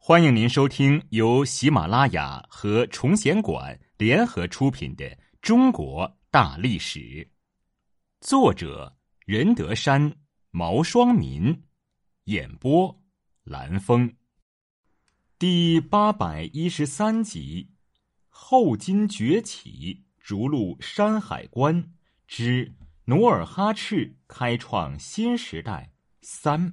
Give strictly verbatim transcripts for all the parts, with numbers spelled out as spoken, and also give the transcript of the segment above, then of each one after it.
欢迎您收听由喜马拉雅和崇贤馆联合出品的《中国大历史》，作者任德山、毛双民，演播蓝峰。第八百一十三集：后金崛起，逐鹿山海关之努尔哈赤开创新时代三。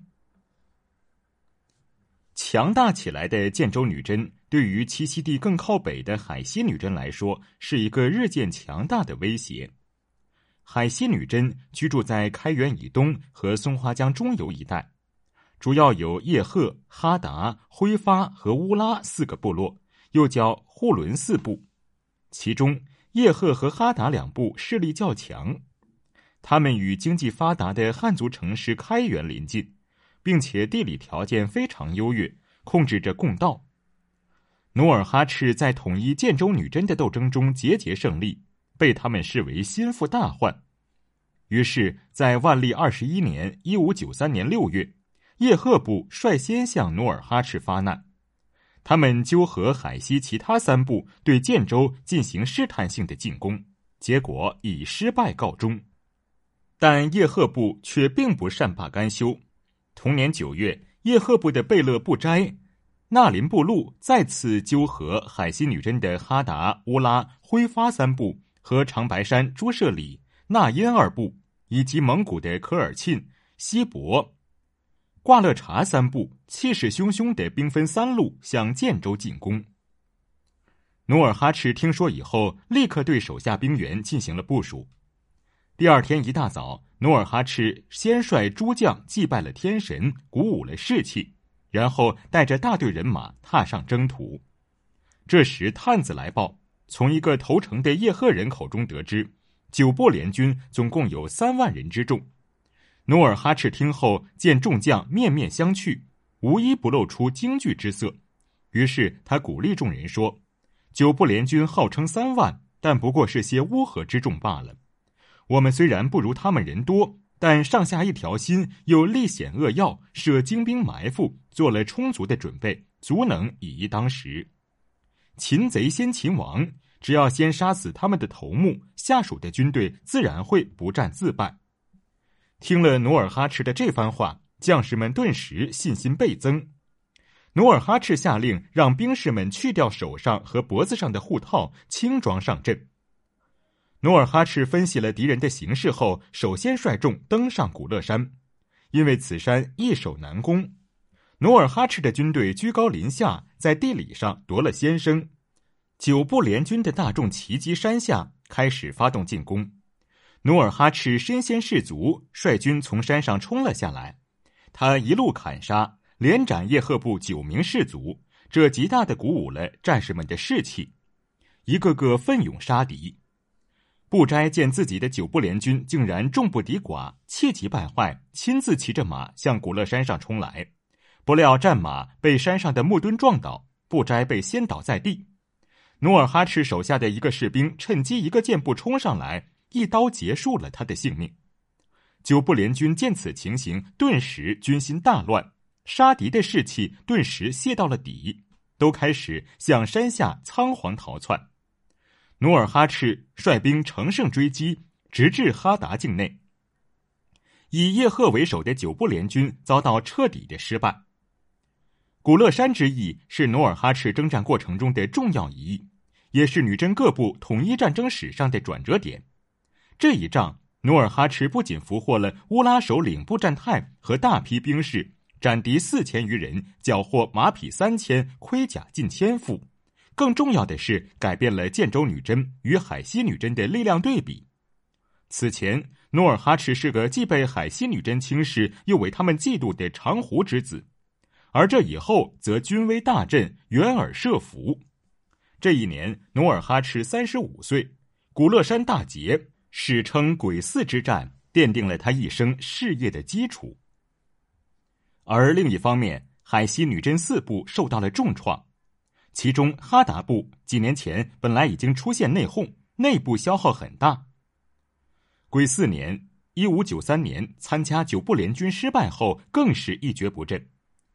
强大起来的建州女真，对于栖息地更靠北的海西女真来说，是一个日渐强大的威胁。海西女真居住在开原以东和松花江中游一带，主要有叶赫、哈达、辉发和乌拉四个部落，又叫护伦四部。其中叶赫和哈达两部势力较强，他们与经济发达的汉族城市开原邻近，并且地理条件非常优越，控制着贡道。努尔哈赤在统一建州女真的斗争中节节胜利，被他们视为心腹大患。于是在万历二十一年一五九三年六月，叶赫部率先向努尔哈赤发难，他们纠合海西其他三部对建州进行试探性的进攻，结果以失败告终。但叶赫部却并不善罢甘休。同年九月，叶赫部的贝勒布斋、纳林部路再次纠合海西女真的哈达、乌拉、辉发三部和长白山朱舍里、纳因二部，以及蒙古的科尔沁、锡伯、挂勒察三部，气势汹汹地兵分三路向建州进攻。努尔哈赤听说以后，立刻对手下兵员进行了部署。第二天一大早，努尔哈赤先率诸将祭拜了天神，鼓舞了士气，然后带着大队人马踏上征途。这时探子来报，从一个投诚的叶赫人口中得知，九部联军总共有三万人之众。努尔哈赤听后，见众将面面相觑，无一不露出惊惧之色。于是他鼓励众人说，九部联军号称三万，但不过是些乌合之众罢了。我们虽然不如他们人多，但上下一条心，又历险扼要，设精兵埋伏，做了充足的准备，足能以一当十。擒贼先擒王，只要先杀死他们的头目，下属的军队自然会不战自败。听了努尔哈赤的这番话，将士们顿时信心倍增。努尔哈赤下令让兵士们去掉手上和脖子上的护套，轻装上阵。努尔哈赤分析了敌人的形势后，首先率众登上古勒山，因为此山易守难攻。努尔哈赤的军队居高临下，在地理上夺了先声。九部联军的大众齐集山下，开始发动进攻。努尔哈赤身先士卒，率军从山上冲了下来。他一路砍杀，连斩叶赫部九名士卒，这极大地鼓舞了战士们的士气，一个个奋勇杀敌。布斋见自己的九部联军竟然众不敌寡，气急败坏，亲自骑着马向古勒山上冲来。不料战马被山上的木墩撞倒，布斋被掀倒在地。努尔哈赤手下的一个士兵趁机一个箭步冲上来，一刀结束了他的性命。九部联军见此情形，顿时军心大乱，杀敌的士气顿时泄到了底，都开始向山下仓皇逃窜。努尔哈赤率兵乘胜追击，直至哈达境内。以叶赫为首的九部联军遭到彻底的失败。古勒山之役是努尔哈赤征战过程中的重要一役，也是女真各部统一战争史上的转折点。这一仗，努尔哈赤不仅俘获了乌拉首领布占泰和大批兵士，斩敌四千余人，缴获马匹三千，盔甲近千副。更重要的是，改变了建州女真与海西女真的力量对比。此前，努尔哈赤是个既被海西女真轻视，又为他们嫉妒的长胡之子，而这以后则军威大振，援尔设伏。这一年，努尔哈赤三十五岁，古勒山大捷，史称鬼寺之战，奠定了他一生事业的基础。而另一方面，海西女真四部受到了重创。其中哈达部几年前本来已经出现内讧，内部消耗很大。癸巳年一五九三年参加九部联军失败后，更是一蹶不振。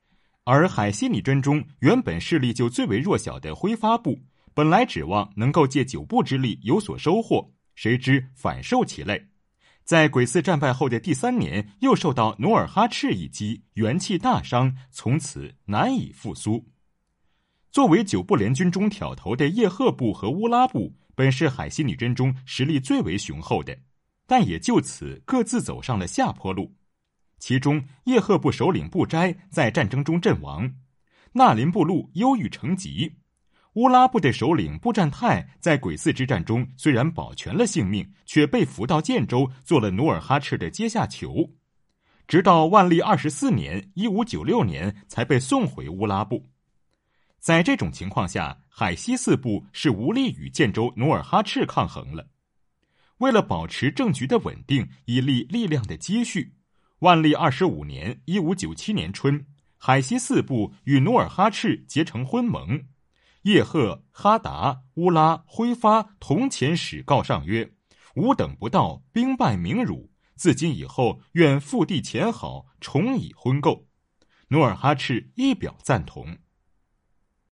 而海西里真中原本势力就最为弱小的挥发部，本来指望能够借九部之力有所收获，谁知反受其累。在鬼寺战败后的第三年，又受到努尔哈赤一击，元气大伤，从此难以复苏。作为九部联军中挑头的叶赫部和乌拉部，本是海西女真中实力最为雄厚的，但也就此各自走上了下坡路。其中叶赫部首领布斋在战争中阵亡，纳林部路忧郁成疾。乌拉部的首领布占泰在鬼寺之战中虽然保全了性命，却被俘到建州，做了努尔哈赤的阶下囚，直到万历二十四年一五九六年才被送回乌拉部。在这种情况下，海西四部是无力与建州努尔哈赤抗衡了。为了保持政局的稳定，以利力量的积蓄，万历二十五年一五九七年春，海西四部与努尔哈赤结成婚盟。叶赫、哈达、乌拉、挥发同遣使告上曰：吾等不到，兵败名辱，自今以后愿复地前好，重以婚媾。努尔哈赤一表赞同。